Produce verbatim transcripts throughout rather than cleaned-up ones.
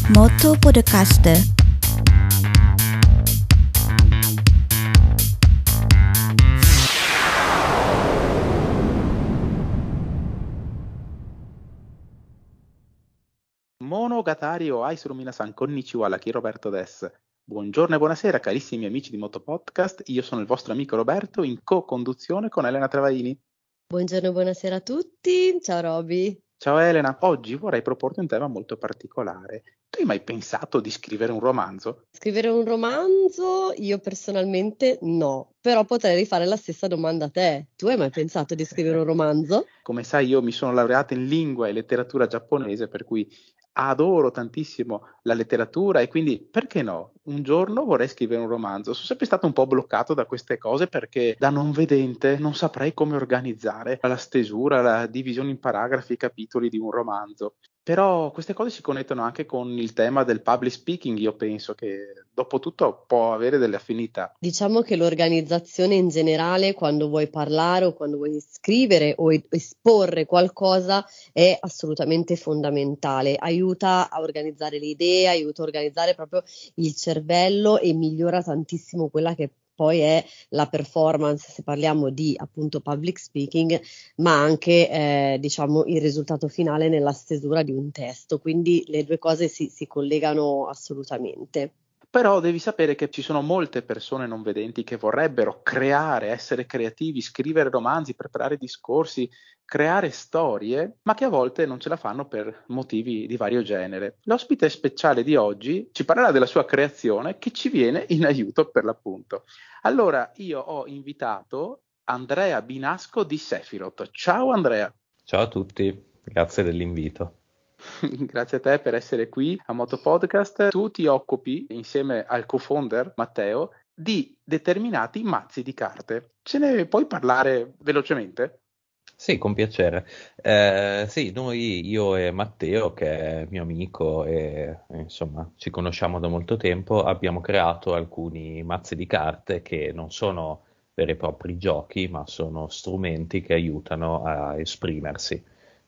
Moto Podcast. Monogatari o Aisuru Minasan, konnichiwa, la chi Roberto des. Buongiorno e buonasera carissimi amici di Moto Podcast, io sono il vostro amico Roberto in co-conduzione con Elena Travaini. Buongiorno e buonasera a tutti, ciao Roby. Ciao Elena, oggi vorrei proporti un tema molto particolare. Tu hai mai pensato di scrivere un romanzo? Scrivere un romanzo io personalmente no, però potrei rifare la stessa domanda a te. Tu hai mai pensato di scrivere un romanzo? Come sai, io mi sono laureata in lingua e letteratura giapponese, per cui adoro tantissimo la letteratura e quindi, perché no? Un giorno vorrei scrivere un romanzo. Sono sempre stato un po' bloccato da queste cose perché da non vedente non saprei come organizzare la stesura, la divisione in paragrafi e capitoli di un romanzo. Però queste cose si connettono anche con il tema del public speaking, io penso che dopo tutto può avere delle affinità. Diciamo che l'organizzazione in generale, quando vuoi parlare o quando vuoi scrivere o esporre qualcosa, è assolutamente fondamentale. Aiuta a organizzare le idee, aiuta a organizzare proprio il cervello e migliora tantissimo quella che poi è la performance, se parliamo di appunto public speaking, ma anche eh, diciamo il risultato finale nella stesura di un testo. Quindi le due cose si, si collegano assolutamente. Però devi sapere che ci sono molte persone non vedenti che vorrebbero creare, essere creativi, scrivere romanzi, preparare discorsi, creare storie, ma che a volte non ce la fanno per motivi di vario genere. L'ospite speciale di oggi ci parlerà della sua creazione che ci viene in aiuto per l'appunto. Allora io ho invitato Andrea Binasco di Sephiroth. Ciao Andrea. Ciao a tutti, grazie dell'invito. Grazie a te per essere qui a Moto Podcast. Tu ti occupi, insieme al co-founder Matteo, di determinati mazzi di carte. Ce ne puoi parlare velocemente? Sì, con piacere. Eh, sì, noi, io e Matteo, che è mio amico e insomma ci conosciamo da molto tempo, abbiamo creato alcuni mazzi di carte che non sono veri e propri giochi, ma sono strumenti che aiutano a esprimersi.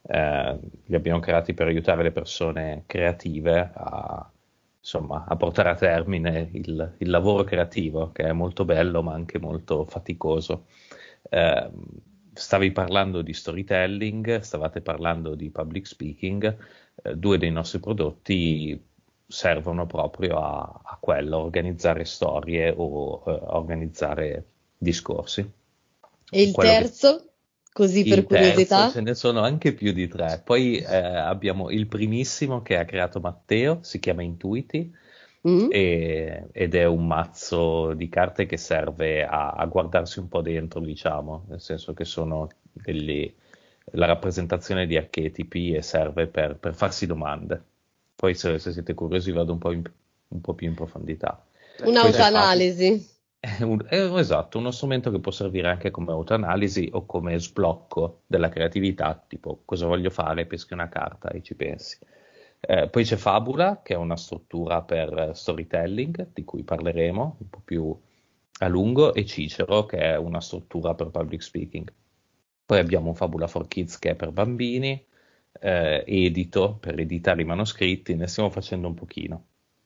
Eh, li abbiamo creati per aiutare le persone creative a, insomma, a portare a termine il, il lavoro creativo, che è molto bello ma anche molto faticoso. Eh, stavi parlando di storytelling, stavate parlando di public speaking, eh, due dei nostri prodotti servono proprio a, a quello, organizzare storie o eh, organizzare discorsi. E il Quello terzo? Che... Così per Il curiosità. terzo, ce ne sono anche più di tre. Poi eh, abbiamo il primissimo che ha creato Matteo, si chiama Intuiti, Mm. e- ed è un mazzo di carte che serve a, a guardarsi un po' dentro, diciamo, nel senso che sono degli, la rappresentazione di archetipi e serve per, per farsi domande. Poi se, se siete curiosi vado un po', in- un po' più in profondità. Poi c'è Un'autoanalisi. è un- è un- esatto, uno strumento che può servire anche come autoanalisi o come sblocco della creatività, tipo cosa voglio fare, peschi una carta e ci pensi. Eh, poi c'è Fabula, che è una struttura per storytelling, di cui parleremo un po' più a lungo, e Cicero, che è una struttura per public speaking. Poi abbiamo Fabula for Kids, che è per bambini, eh, Edito, per editare i manoscritti, ne stiamo facendo un pochino.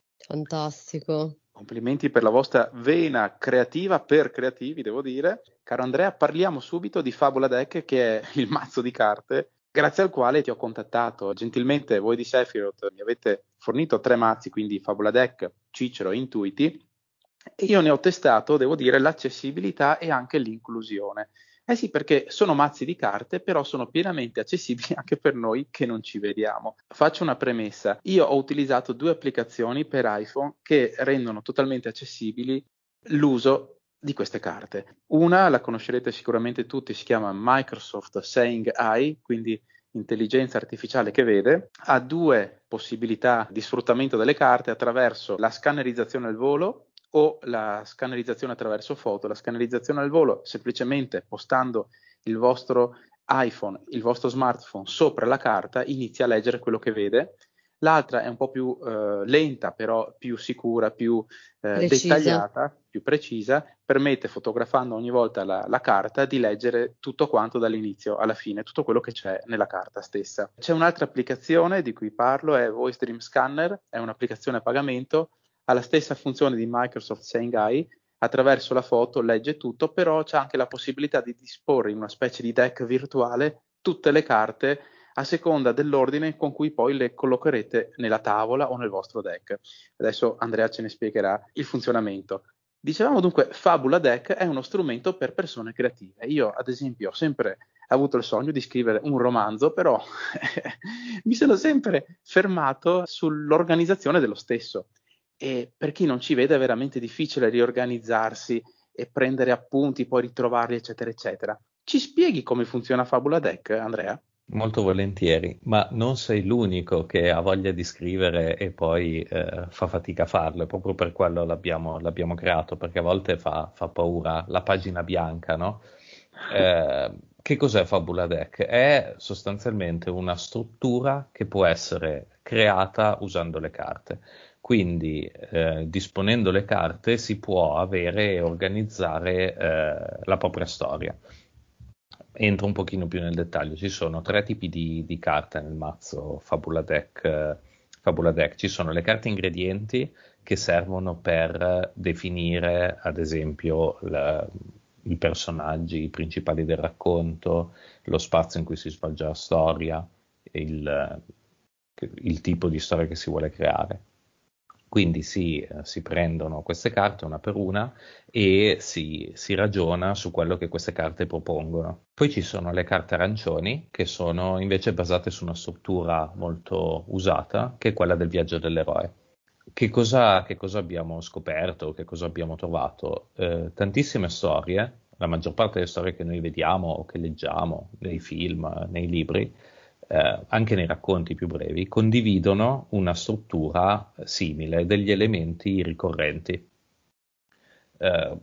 Fantastico. Complimenti per la vostra vena creativa per creativi, devo dire. Caro Andrea, parliamo subito di Fabula Deck, che è il mazzo di carte grazie al quale ti ho contattato. Gentilmente voi di Sephiroth mi avete fornito tre mazzi, quindi Fabula Deck, Cicero e Intuiti, e io ne ho testato, devo dire, l'accessibilità e anche l'inclusione. Eh sì, perché sono mazzi di carte, però sono pienamente accessibili anche per noi che non ci vediamo. Faccio una premessa. Io ho utilizzato due applicazioni per iPhone che rendono totalmente accessibili l'uso di queste carte. Una la conoscerete sicuramente tutti, si chiama Microsoft Saying Eye, quindi intelligenza artificiale che vede, ha due possibilità di sfruttamento delle carte attraverso la scannerizzazione al volo o la scannerizzazione attraverso foto. La scannerizzazione al volo semplicemente postando il vostro iPhone, il vostro smartphone sopra la carta, inizia a leggere quello che vede. l'altra è un po' più eh, lenta, però più sicura, più eh, Precisa. dettagliata, più precisa, permette, fotografando ogni volta la, la carta, di leggere tutto quanto dall'inizio alla fine, tutto quello che c'è nella carta stessa. C'è un'altra applicazione di cui parlo, è Voice Dream Scanner, è un'applicazione a pagamento, ha la stessa funzione di Microsoft Seeing, attraverso la foto legge tutto, però c'è anche la possibilità di disporre in una specie di deck virtuale tutte le carte a seconda dell'ordine con cui poi le collocherete nella tavola o nel vostro deck. Adesso Andrea ce ne spiegherà il funzionamento. Dicevamo dunque, Fabula Deck è uno strumento per persone creative. Io, ad esempio, ho sempre avuto il sogno di scrivere un romanzo, però mi sono sempre fermato sull'organizzazione dello stesso. E per chi non ci vede è veramente difficile riorganizzarsi e prendere appunti, poi ritrovarli, eccetera, eccetera. Ci spieghi come funziona Fabula Deck, Andrea? Molto volentieri, ma non sei l'unico che ha voglia di scrivere e poi eh, fa fatica a farlo, e proprio per quello l'abbiamo, l'abbiamo creato, perché a volte fa, fa paura la pagina bianca, no? Eh, che cos'è Fabula Deck? È sostanzialmente una struttura che può essere creata usando le carte. Quindi, eh, disponendo le carte, si può avere e organizzare eh, la propria storia. Entro un pochino più nel dettaglio. Ci sono tre tipi di, di carte nel mazzo Fabula Deck. eh, Fabula Deck. Ci sono le carte ingredienti che servono per definire, ad esempio, la- i personaggi principali del racconto, lo spazio in cui si svolge la storia, il, il tipo di storia che si vuole creare. Quindi si, eh, si prendono queste carte una per una e si, si ragiona su quello che queste carte propongono. Poi ci sono le carte arancioni, che sono invece basate su una struttura molto usata, che è quella del viaggio dell'eroe. Che cosa, che cosa abbiamo scoperto, che cosa abbiamo trovato? Eh, tantissime storie, la maggior parte delle storie che noi vediamo o che leggiamo nei film, nei libri, eh, anche nei racconti più brevi, condividono una struttura simile, degli elementi ricorrenti. Eh,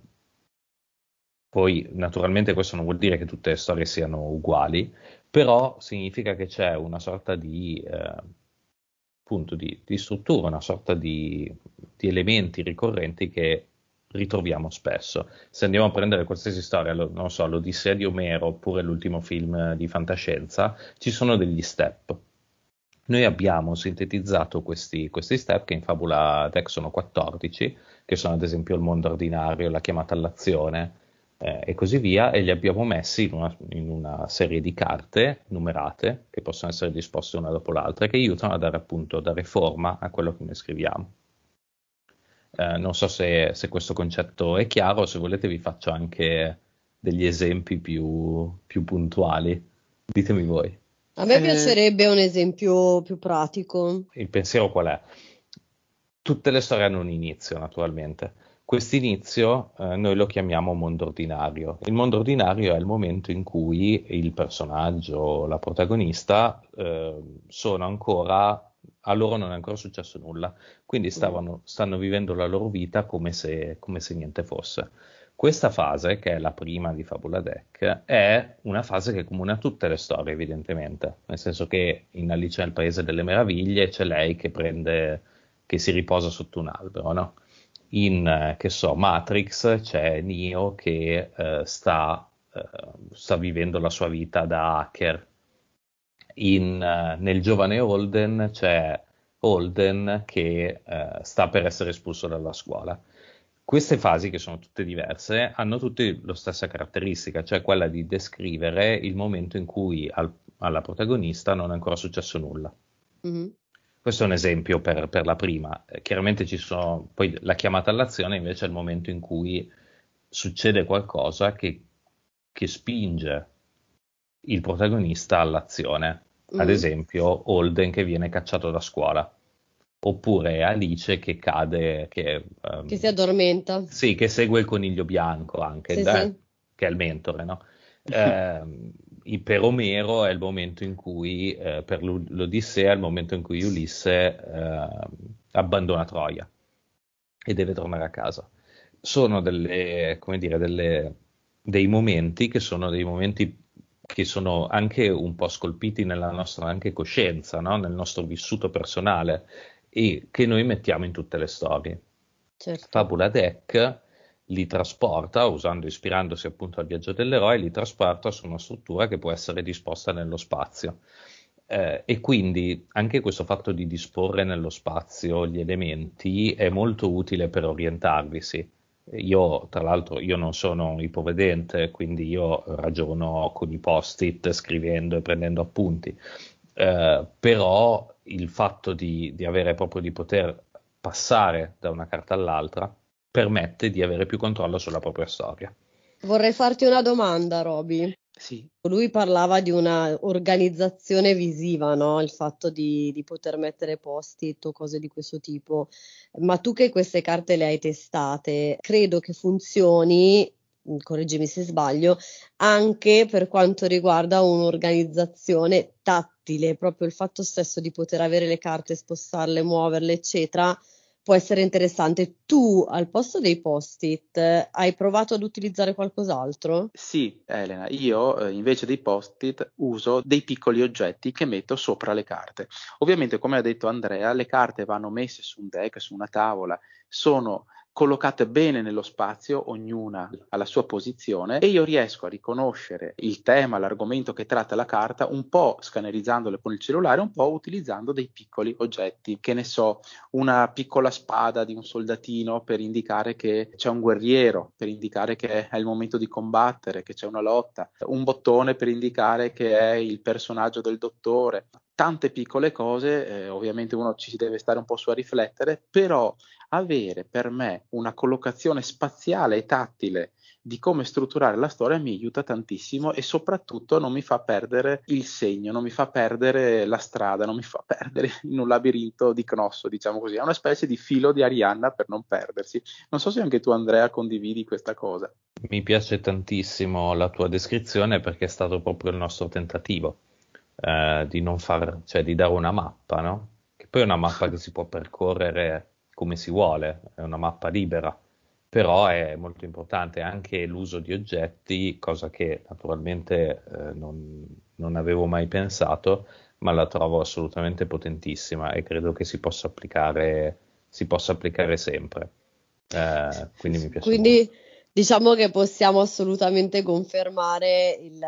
Poi, naturalmente, questo non vuol dire che tutte le storie siano uguali, però significa che c'è una sorta di, eh, appunto, di, di struttura, una sorta di, di elementi ricorrenti che ritroviamo spesso. Se andiamo a prendere qualsiasi storia, lo- non so, l'Odissea di Omero oppure l'ultimo film di fantascienza, ci sono degli step. Noi abbiamo sintetizzato questi, questi step, che in Fabula Deck sono quattordici, che sono ad esempio il mondo ordinario, la chiamata all'azione, eh, e così via, e li abbiamo messi in una, in una serie di carte numerate, che possono essere disposte una dopo l'altra, che aiutano a dare, appunto, a dare forma a quello che noi scriviamo. Eh, non so se, se questo concetto è chiaro, se volete vi faccio anche degli esempi più, più puntuali. Ditemi voi. A me Eh, piacerebbe un esempio più pratico. Il pensiero qual è? Tutte le storie hanno un inizio, naturalmente. Quest'inizio eh, noi lo chiamiamo mondo ordinario. Il mondo ordinario è il momento in cui il personaggio, la protagonista, eh, sono ancora, a loro non è ancora successo nulla, quindi Mhm. stavano, stanno vivendo la loro vita come se, come se niente fosse. Questa fase, che è la prima di Fabula Deck, è una fase che accomuna tutte le storie, evidentemente, nel senso che in Alice nel Paese delle Meraviglie c'è lei che prende, che si riposa sotto un albero, no? In, eh, che so, Matrix c'è Neo che eh, sta, eh, sta vivendo la sua vita da hacker. In, eh, nel giovane Holden c'è Holden che eh, sta per essere espulso dalla scuola. Queste fasi, che sono tutte diverse, hanno tutte la stessa caratteristica, cioè quella di descrivere il momento in cui al- alla protagonista non è ancora successo nulla. Mhm. Questo è un esempio per, per la prima. Eh, chiaramente ci sono, poi la chiamata all'azione invece è il momento in cui succede qualcosa che, che spinge il protagonista all'azione. Ad Mhm. esempio, Holden che viene cacciato da scuola, oppure Alice che cade, che, ehm, Che si addormenta. sì, che segue il coniglio bianco anche, Sì, eh, sì. che è il mentore, no? Ehm, i- per Omero è il momento in cui, eh, per l'U- l'Odissea, è il momento in cui Ulisse ehm, abbandona Troia e deve tornare a casa. Sono delle, come dire, delle- dei momenti che sono dei momenti che sono anche un po' scolpiti nella nostra anche coscienza, no? Nel nostro vissuto personale e che noi mettiamo in tutte le storie. Certo. Fabula Deck li trasporta, usando, ispirandosi appunto al viaggio dell'eroe, li trasporta su una struttura che può essere disposta nello spazio. Eh, e quindi anche questo fatto di disporre nello spazio gli elementi è molto utile per orientarvisi. Io, tra l'altro, io non sono ipovedente, quindi io ragiono con i post-it, scrivendo e prendendo appunti. Eh, però il fatto di, di avere proprio di poter passare da una carta all'altra permette di avere più controllo sulla propria storia. Vorrei farti una domanda, Roby. Sì. Lui parlava di una organizzazione visiva, no? Il fatto di, di poter mettere post-it o cose di questo tipo. Ma tu che queste carte le hai testate, credo che funzioni, correggimi se sbaglio, anche per quanto riguarda un'organizzazione tattile, proprio il fatto stesso di poter avere le carte, spostarle, muoverle, eccetera, può essere interessante. Tu, al posto dei post-it, hai provato ad utilizzare qualcos'altro? Sì, Elena, io eh, invece dei post-it uso dei piccoli oggetti che metto sopra le carte. Ovviamente, come ha detto Andrea, le carte vanno messe su un deck, su una tavola, sono collocate bene nello spazio, ognuna alla sua posizione, e io riesco a riconoscere il tema, l'argomento che tratta la carta, un po' scannerizzandole con il cellulare, un po' utilizzando dei piccoli oggetti, che ne so, una piccola spada di un soldatino per indicare che c'è un guerriero, per indicare che è il momento di combattere, che c'è una lotta, un bottone per indicare che è il personaggio del dottore. Tante piccole cose, eh, ovviamente uno ci deve stare un po' su a riflettere, però avere per me una collocazione spaziale e tattile di come strutturare la storia mi aiuta tantissimo e soprattutto non mi fa perdere il segno, non mi fa perdere la strada, non mi fa perdere in un labirinto di Cnosso, diciamo così. È una specie di filo di Arianna per non perdersi. Non so se anche tu, Andrea, condividi questa cosa. Mi piace tantissimo la tua descrizione perché è stato proprio il nostro tentativo eh, di non far, cioè di dare una mappa, no? Che poi è una mappa che si può percorrere come si vuole, è una mappa libera, però è molto importante anche l'uso di oggetti, cosa che naturalmente eh, non, non avevo mai pensato, ma la trovo assolutamente potentissima e credo che si possa applicare, si possa applicare sempre. Eh, quindi mi piace molto. Quindi diciamo che possiamo assolutamente confermare il,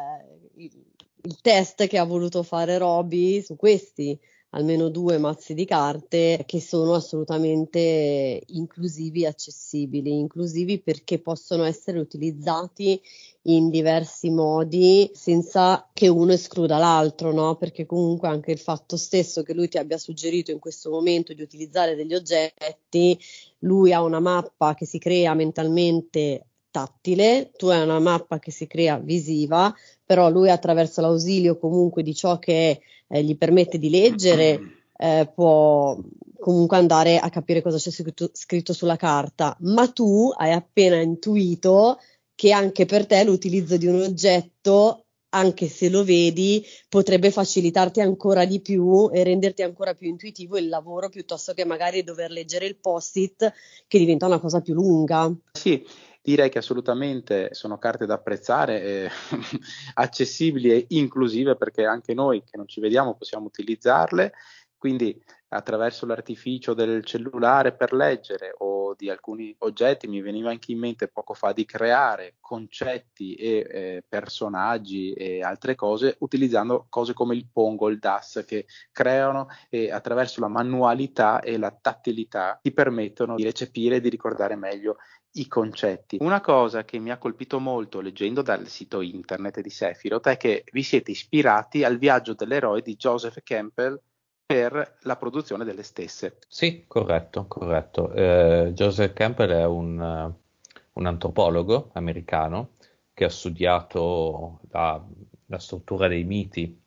il, il test che ha voluto fare Roby su questi almeno due mazzi di carte che sono assolutamente inclusivi e accessibili, inclusivi perché possono essere utilizzati in diversi modi senza che uno escluda l'altro, no? Perché comunque anche il fatto stesso che lui ti abbia suggerito in questo momento di utilizzare degli oggetti, lui ha una mappa che si crea mentalmente tattile, tu hai una mappa che si crea visiva, però lui attraverso l'ausilio comunque di ciò che eh, gli permette di leggere eh, può comunque andare a capire cosa c'è scritto, scritto sulla carta, ma tu hai appena intuito che anche per te l'utilizzo di un oggetto, anche se lo vedi, potrebbe facilitarti ancora di più e renderti ancora più intuitivo il lavoro piuttosto che magari dover leggere il post-it che diventa una cosa più lunga. Sì, direi che assolutamente sono carte da apprezzare, eh, accessibili e inclusive perché anche noi che non ci vediamo possiamo utilizzarle, quindi attraverso l'artificio del cellulare per leggere o di alcuni oggetti mi veniva anche in mente poco fa di creare concetti e eh, personaggi e altre cose utilizzando cose come il Pongo, il D A S che creano e attraverso la manualità e la tattilità ti permettono di recepire e di ricordare meglio i concetti. Una cosa che mi ha colpito molto leggendo dal sito internet di Sephiroth è che vi siete ispirati al viaggio dell'eroe di Joseph Campbell per la produzione delle stesse. Sì, corretto, corretto. Eh, Joseph Campbell è un, uh, un antropologo americano che ha studiato la, la struttura dei miti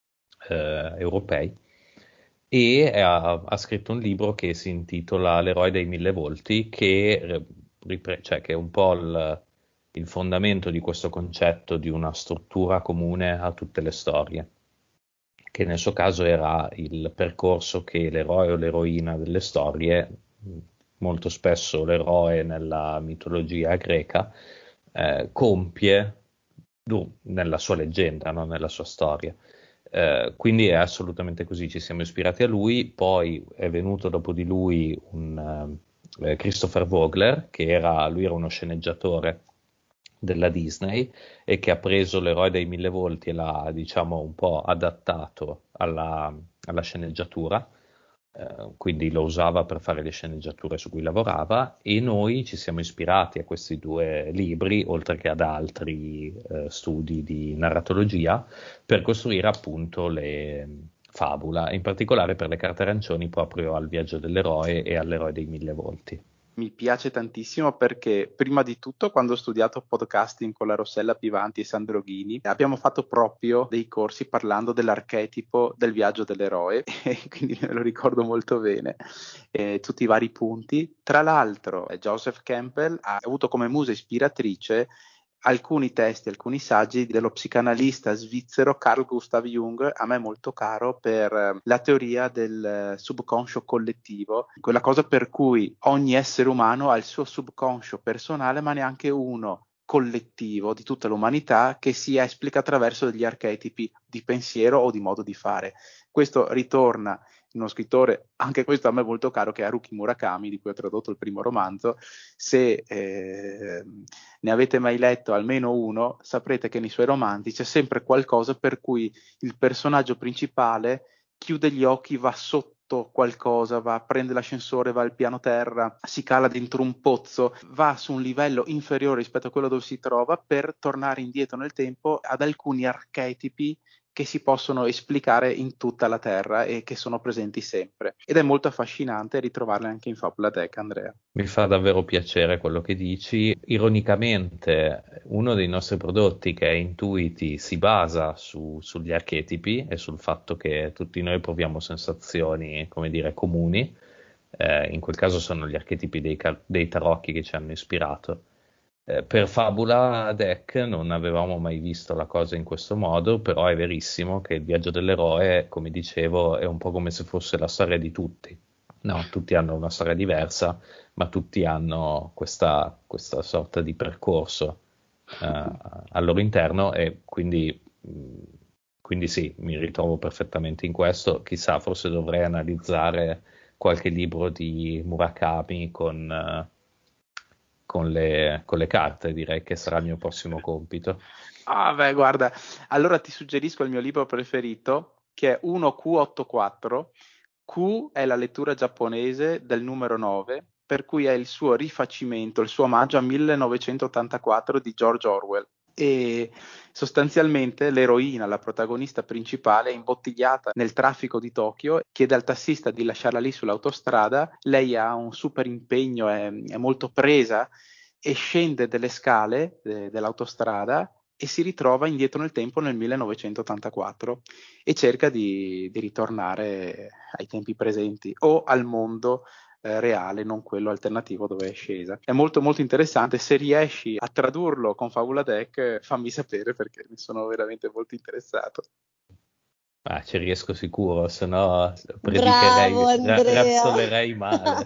eh, europei e ha, ha scritto un libro che si intitola L'eroe dei mille volti, che, ripre- cioè, che è un po' il, il fondamento di questo concetto di una struttura comune a tutte le storie, che nel suo caso era il percorso che l'eroe o l'eroina delle storie, molto spesso l'eroe nella mitologia greca, eh, compie nella sua leggenda, no? Nella sua storia. Eh, quindi è assolutamente così, ci siamo ispirati a lui. Poi è venuto dopo di lui un eh, Christopher Vogler, che era, lui era uno sceneggiatore della Disney e che ha preso l'eroe dei mille volti e l'ha, diciamo, un po' adattato alla, alla sceneggiatura. Eh, quindi lo usava per fare le sceneggiature su cui lavorava, e noi ci siamo ispirati a questi due libri, oltre che ad altri eh, studi di narratologia, per costruire appunto le fabula, in particolare per le carte arancioni proprio al viaggio dell'eroe e all'eroe dei mille volti. Mi piace tantissimo perché prima di tutto, quando ho studiato podcasting con la Rossella Pivanti e Sandro Ghini, abbiamo fatto proprio dei corsi parlando dell'archetipo del viaggio dell'eroe e quindi me lo ricordo molto bene, eh, tutti i vari punti. Tra l'altro Joseph Campbell ha avuto come musa ispiratrice alcuni testi, alcuni saggi dello psicanalista svizzero Carl Gustav Jung, a me molto caro per la teoria del subconscio collettivo, quella cosa per cui ogni essere umano ha il suo subconscio personale, ma neanche uno collettivo di tutta l'umanità che si esplica attraverso degli archetipi di pensiero o di modo di fare. Questo ritorna in uno scrittore, anche questo a me molto caro, che è Haruki Murakami, di cui ho tradotto il primo romanzo. Se eh, ne avete mai letto almeno uno, saprete che nei suoi romanzi c'è sempre qualcosa per cui il personaggio principale chiude gli occhi, va sotto qualcosa, va, prende l'ascensore, va al piano terra, si cala dentro un pozzo, va su un livello inferiore rispetto a quello dove si trova per tornare indietro nel tempo ad alcuni archetipi che si possono esplicare in tutta la Terra e che sono presenti sempre. Ed è molto affascinante ritrovarle anche in Fabulateca, Andrea. Mi fa davvero piacere quello che dici. Ironicamente, uno dei nostri prodotti, che è Intuiti, si basa su, sugli archetipi e sul fatto che tutti noi proviamo sensazioni, come dire, comuni. Eh, in quel caso sono gli archetipi dei, dei tarocchi che ci hanno ispirato. Eh, per Fabula Deck non avevamo mai visto la cosa in questo modo, però è verissimo che il viaggio dell'eroe, come dicevo, è un po' come se fosse la storia di tutti. No, tutti hanno una storia diversa, ma tutti hanno questa, questa sorta di percorso eh, al loro interno, e quindi, quindi sì, mi ritrovo perfettamente in questo. Chissà, forse dovrei analizzare qualche libro di Murakami con... Eh, Con le, con le carte, direi che sarà il mio prossimo compito. Ah beh, guarda, allora ti suggerisco il mio libro preferito, che è uno Q ottantaquattro. Q è la lettura giapponese del numero nove, per cui è il suo rifacimento, il suo omaggio a millenovecentottantaquattro di George Orwell. E sostanzialmente l'eroina, la protagonista principale, è imbottigliata nel traffico di Tokyo, chiede al tassista di lasciarla lì sull'autostrada, lei ha un super impegno, è, è molto presa e scende delle scale de, dell'autostrada e si ritrova indietro nel tempo nel millenovecentottantaquattro e cerca di, di ritornare ai tempi presenti o al mondo Eh, reale, non quello alternativo dove è scesa. È molto molto interessante. Se riesci a tradurlo con Fabuladeck, fammi sapere, perché ne sono veramente molto interessato. Ah, ci riesco sicuro, se no predicherei, ra- razzolerei male.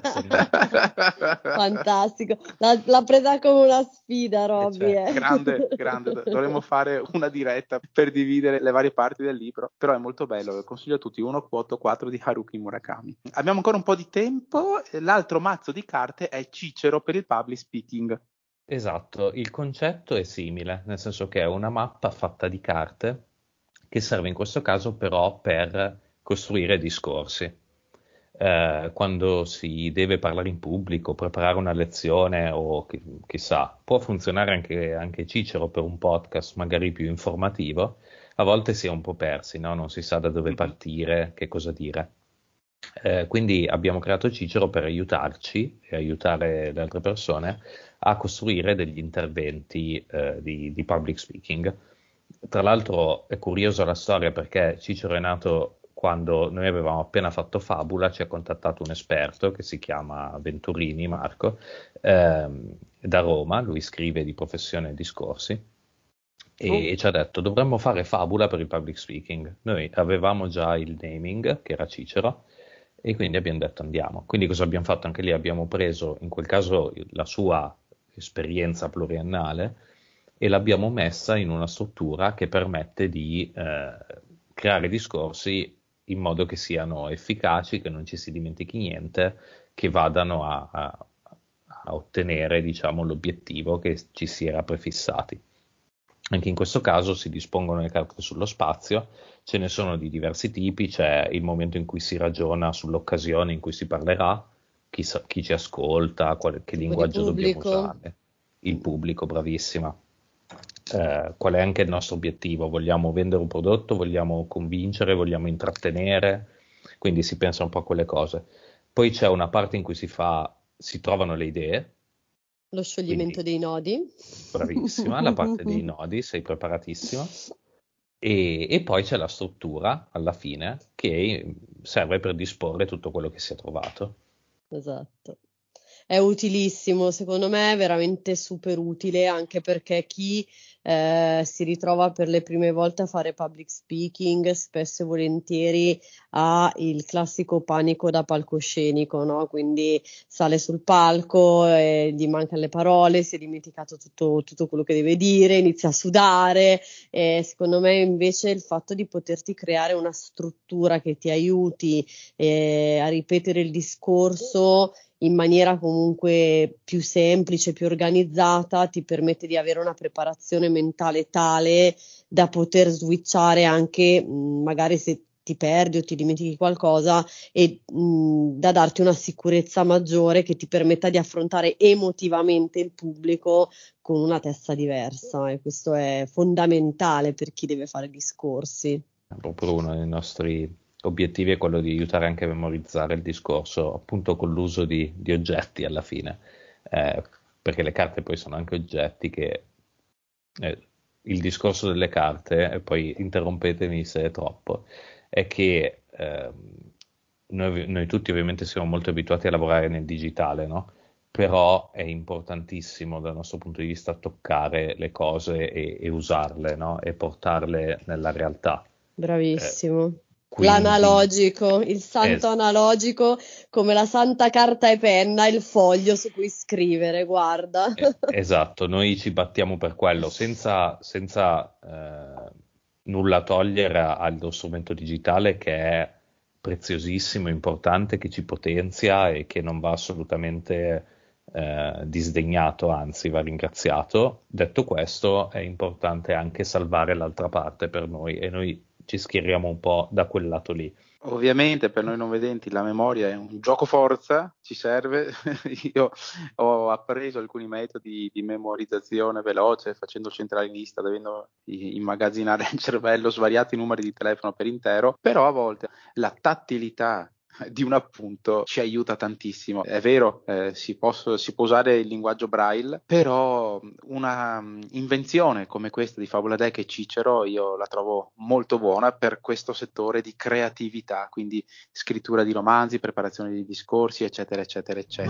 Fantastico, l'ha, l'ha presa come una sfida, Robby. Eh, cioè, grande, grande, dovremmo fare una diretta per dividere le varie parti del libro, però è molto bello, lo consiglio a tutti. uno Q ottantaquattro di Haruki Murakami. Abbiamo ancora un po' di tempo. L'altro mazzo di carte è Cicero per il public speaking. Esatto, il concetto è simile, nel senso che è una mappa fatta di carte che serve in questo caso però per costruire discorsi. Eh, quando si deve parlare in pubblico, preparare una lezione o chi, chissà, può funzionare anche, anche Cicero per un podcast magari più informativo. A volte si è un po' persi, no? Non si sa da dove partire, che cosa dire. Eh, quindi abbiamo creato Cicero per aiutarci e aiutare le altre persone a costruire degli interventi eh, di, di public speaking. Tra l'altro è curiosa la storia, perché Cicero è nato quando noi avevamo appena fatto Fabula. Ci ha contattato un esperto che si chiama Venturini Marco, ehm, da Roma. Lui scrive di professione discorsi e, oh. e ci ha detto: dovremmo fare Fabula per il public speaking. Noi avevamo già il naming, che era Cicero, e quindi abbiamo detto andiamo. Quindi cosa abbiamo fatto? Anche lì abbiamo preso, in quel caso, la sua esperienza pluriennale, e l'abbiamo messa in una struttura che permette di eh, creare discorsi in modo che siano efficaci, che non ci si dimentichi niente, che vadano a, a, a ottenere, diciamo, l'obiettivo che ci si era prefissati. Anche in questo caso si dispongono le carte sullo spazio, ce ne sono di diversi tipi, c'è il momento in cui si ragiona sull'occasione in cui si parlerà, chi, sa, chi ci ascolta, qual, che linguaggio dobbiamo usare, il pubblico, bravissima. Eh, qual è anche il nostro obiettivo? Vogliamo vendere un prodotto, vogliamo convincere, vogliamo intrattenere, quindi si pensa un po' a quelle cose. Poi c'è una parte in cui si fa, si trovano le idee. Lo scioglimento quindi, dei nodi. Bravissima, la parte dei nodi, sei preparatissima. E, e poi c'è la struttura alla fine che serve per disporre tutto quello che si è trovato. Esatto. È utilissimo, secondo me è veramente super utile, anche perché chi eh, si ritrova per le prime volte a fare public speaking spesso e volentieri ha il classico panico da palcoscenico, no? Quindi sale sul palco, e gli mancano le parole, si è dimenticato tutto, tutto quello che deve dire, inizia a sudare. E secondo me invece il fatto di poterti creare una struttura che ti aiuti eh, a ripetere il discorso in maniera comunque più semplice, più organizzata, ti permette di avere una preparazione mentale tale da poter switchare anche mh, magari se ti perdi o ti dimentichi qualcosa e mh, da darti una sicurezza maggiore che ti permetta di affrontare emotivamente il pubblico con una testa diversa, e questo è fondamentale per chi deve fare discorsi. Proprio uno dei nostri obiettivi è quello di aiutare anche a memorizzare il discorso, appunto con l'uso di, di oggetti alla fine, eh, perché le carte poi sono anche oggetti che eh, il discorso delle carte, e poi interrompetemi se è troppo, è che eh, noi, noi tutti ovviamente siamo molto abituati a lavorare nel digitale, no? Però è importantissimo dal nostro punto di vista toccare le cose e, e usarle, no? E portarle nella realtà. Bravissimo. Eh, Quindi, l'analogico, il santo es- analogico, come la santa carta e penna, il foglio su cui scrivere, guarda. eh, esatto, noi ci battiamo per quello, senza, senza eh, nulla togliere a- allo strumento digitale che è preziosissimo, importante, che ci potenzia e che non va assolutamente eh, disdegnato, anzi va ringraziato. Detto questo, è importante anche salvare l'altra parte per noi e noi ci schieriamo un po' da quel lato lì. Ovviamente per noi non vedenti la memoria è un gioco forza, ci serve. Io ho appreso alcuni metodi di memorizzazione veloce facendo centrare in lista, dovendo immagazzinare nel cervello svariati numeri di telefono per intero, però a volte la tattilità di un appunto ci aiuta tantissimo. È vero, eh, si, posso, si può usare il linguaggio braille, però una um, invenzione come questa di Fabula Deck e Cicero io la trovo molto buona per questo settore di creatività, quindi scrittura di romanzi, preparazione di discorsi, eccetera, eccetera, eccetera.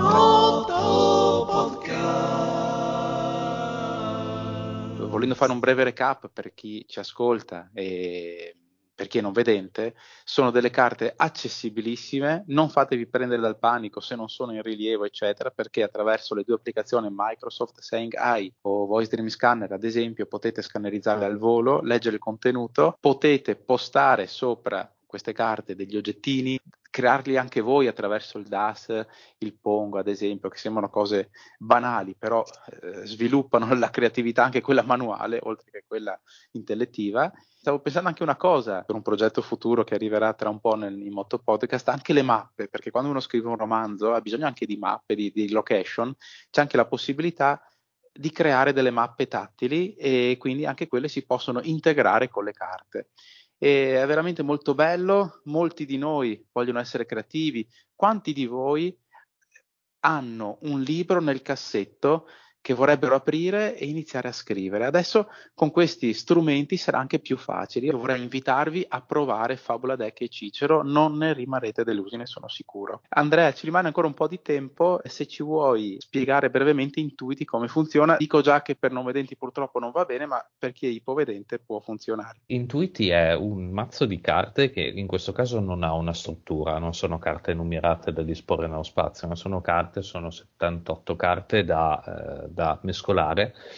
Volendo fare un breve recap per chi ci ascolta e per chi è non vedente, sono delle carte accessibilissime, non fatevi prendere dal panico se non sono in rilievo, eccetera, perché attraverso le due applicazioni Microsoft Saying Eye o Voice Dream Scanner, ad esempio, potete scannerizzarle al volo, leggere il contenuto, potete postare sopra queste carte degli oggettini, crearli anche voi attraverso il D A S, il Pongo, ad esempio, che sembrano cose banali, però eh, sviluppano la creatività, anche quella manuale, oltre che quella intellettiva. Stavo pensando anche una cosa per un progetto futuro che arriverà tra un po' nel, in Motto Podcast, anche le mappe, perché quando uno scrive un romanzo ha bisogno anche di mappe, di, di location, c'è anche la possibilità di creare delle mappe tattili e quindi anche quelle si possono integrare con le carte. E è veramente molto bello, molti di noi vogliono essere creativi, quanti di voi hanno un libro nel cassetto che vorrebbero aprire e iniziare a scrivere? Adesso con questi strumenti sarà anche più facile. Io vorrei invitarvi a provare Fabula Deck e Cicero, non ne rimarrete delusi, ne sono sicuro. Andrea, ci rimane ancora un po' di tempo, se ci vuoi spiegare brevemente Intuiti come funziona. Dico già che per non vedenti purtroppo non va bene, ma per chi è ipovedente può funzionare. Intuiti è un mazzo di carte che in questo caso non ha una struttura, non sono carte numerate da disporre nello spazio, ma sono carte, sono settantotto carte da, eh, da mescolare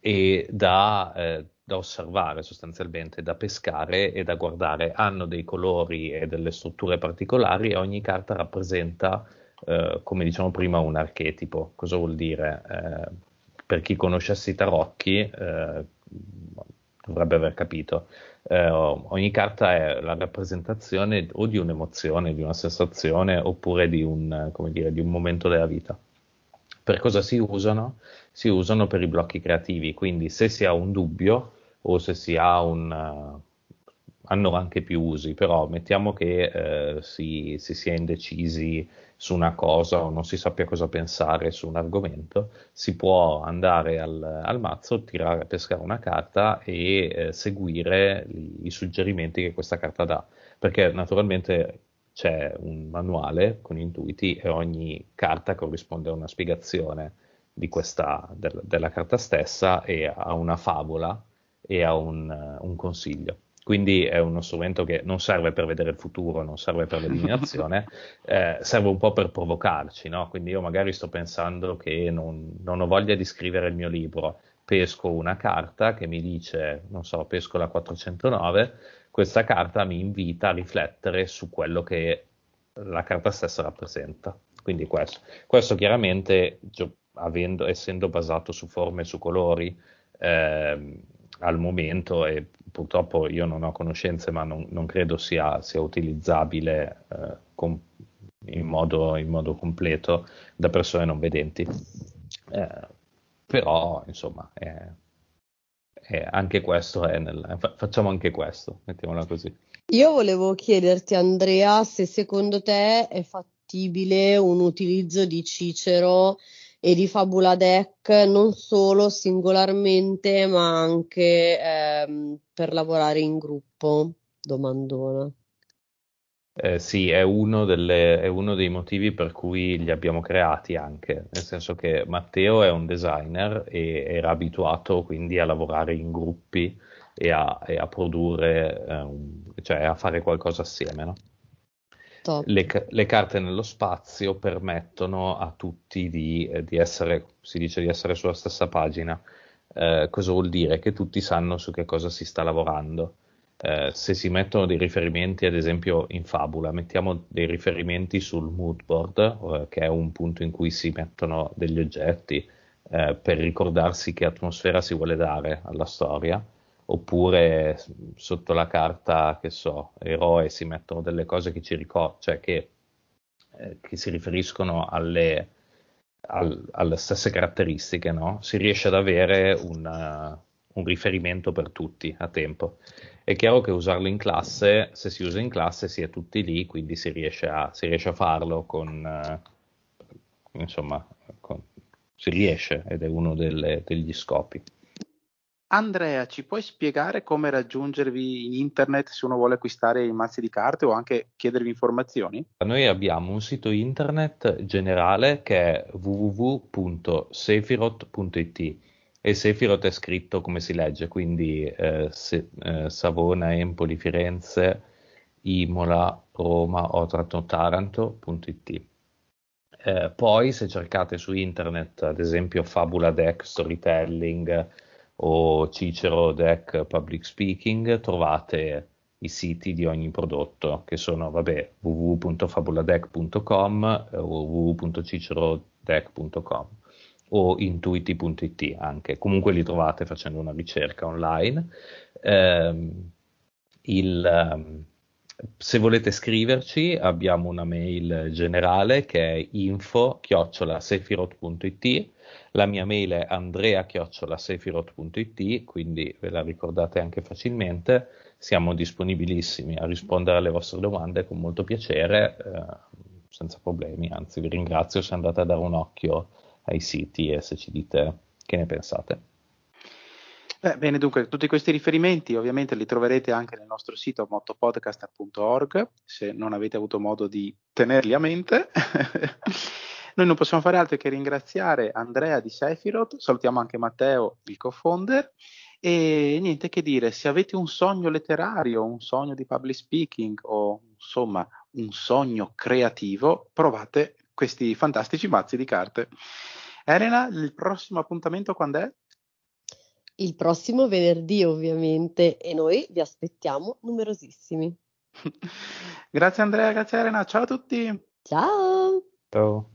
e da, eh, da osservare sostanzialmente, da pescare e da guardare. Hanno dei colori e delle strutture particolari e ogni carta rappresenta, eh, come diciamo prima, un archetipo. Cosa vuol dire? Eh, per chi conoscesse i tarocchi eh, dovrebbe aver capito. Eh, ogni carta è la rappresentazione o di un'emozione, di una sensazione, oppure di un, come dire, di un momento della vita. Per cosa si usano? Si usano per i blocchi creativi, quindi se si ha un dubbio o se si ha un... Uh, hanno anche più usi, però mettiamo che uh, si, si sia indecisi su una cosa o non si sappia cosa pensare su un argomento, si può andare al, al mazzo, tirare, pescare una carta e eh, seguire i, i suggerimenti che questa carta dà, perché naturalmente c'è un manuale con intuiti e ogni carta corrisponde a una spiegazione di questa, del, della carta stessa e a una favola e a un, un consiglio. Quindi è uno strumento che non serve per vedere il futuro, non serve per l'eliminazione, eh, serve un po' per provocarci, no? Quindi io magari sto pensando che non, non ho voglia di scrivere il mio libro, pesco una carta che mi dice, non so, pesco la quattrocentonove, questa carta mi invita a riflettere su quello che la carta stessa rappresenta. Quindi questo, questo chiaramente, avendo, essendo basato su forme e su colori, eh, al momento, e purtroppo io non ho conoscenze, ma non, non credo sia, sia utilizzabile eh, com- in, modo, in modo completo da persone non vedenti. Eh, però, insomma, è, è anche questo è nel, fa- facciamo anche questo, mettiamola così. Io volevo chiederti, Andrea, se secondo te è fattibile un utilizzo di Cicero e di Fabula Deck non solo singolarmente, ma anche ehm, per lavorare in gruppo? Domandona. Eh, sì, è uno, delle- è uno dei motivi per cui li abbiamo creati anche, nel senso che Matteo è un designer e era abituato quindi a lavorare in gruppi e a, e a produrre, eh, un- cioè a fare qualcosa assieme, no? Top. Le, ca- le carte nello spazio permettono a tutti di, eh, di essere, si dice di essere sulla stessa pagina. Eh, cosa vuol dire? Che tutti sanno su che cosa si sta lavorando. Eh, se si mettono dei riferimenti, ad esempio in Fabula, mettiamo dei riferimenti sul mood board, eh, che è un punto in cui si mettono degli oggetti, eh, per ricordarsi che atmosfera si vuole dare alla storia, oppure s- sotto la carta, che so, eroe, si mettono delle cose che ci ricordano, cioè che, eh, che si riferiscono alle, al- alle stesse caratteristiche, no? Si riesce ad avere un, un riferimento per tutti a tempo. È chiaro che usarlo in classe, se si usa in classe, si è tutti lì, quindi si riesce a, si riesce a farlo con, eh, insomma, con- si riesce ed è uno delle- degli scopi. Andrea, ci puoi spiegare come raggiungervi in internet se uno vuole acquistare i mazzi di carte o anche chiedervi informazioni? Noi abbiamo un sito internet generale che è w w w punto sefirot punto i t e Sefirot è scritto come si legge, quindi eh, se- eh, Savona, Empoli, Firenze, Imola, Roma, Otranto, Taranto punto i t. Eh, poi se cercate su internet, ad esempio Fabula Deck Storytelling o Cicero Deck Public Speaking, trovate i siti di ogni prodotto, che sono, vabbè, w w w punto fabuladeck punto com eh, o w w w punto cicerodeck punto com o intuiti punto i t anche. Comunque li trovate facendo una ricerca online. Ehm, il, ehm, Se volete scriverci, abbiamo una mail generale che è info chiocciola sefirot punto i t. La mia mail è andrea chiocciola sefirot punto i t, quindi ve la ricordate anche facilmente. Siamo disponibilissimi a rispondere alle vostre domande con molto piacere, eh, senza problemi. Anzi, vi ringrazio se andate a dare un occhio ai siti e se ci dite che ne pensate. Beh, bene, dunque, tutti questi riferimenti ovviamente li troverete anche nel nostro sito mottopodcast punto org, se non avete avuto modo di tenerli a mente. Noi non possiamo fare altro che ringraziare Andrea di Sefirot, salutiamo anche Matteo, il co-founder, e niente che dire, se avete un sogno letterario, un sogno di public speaking o insomma un sogno creativo, provate questi fantastici mazzi di carte. Elena, il prossimo appuntamento quando è? Il prossimo venerdì ovviamente e noi vi aspettiamo numerosissimi. Grazie Andrea, grazie Elena, ciao a tutti! Ciao! Ciao.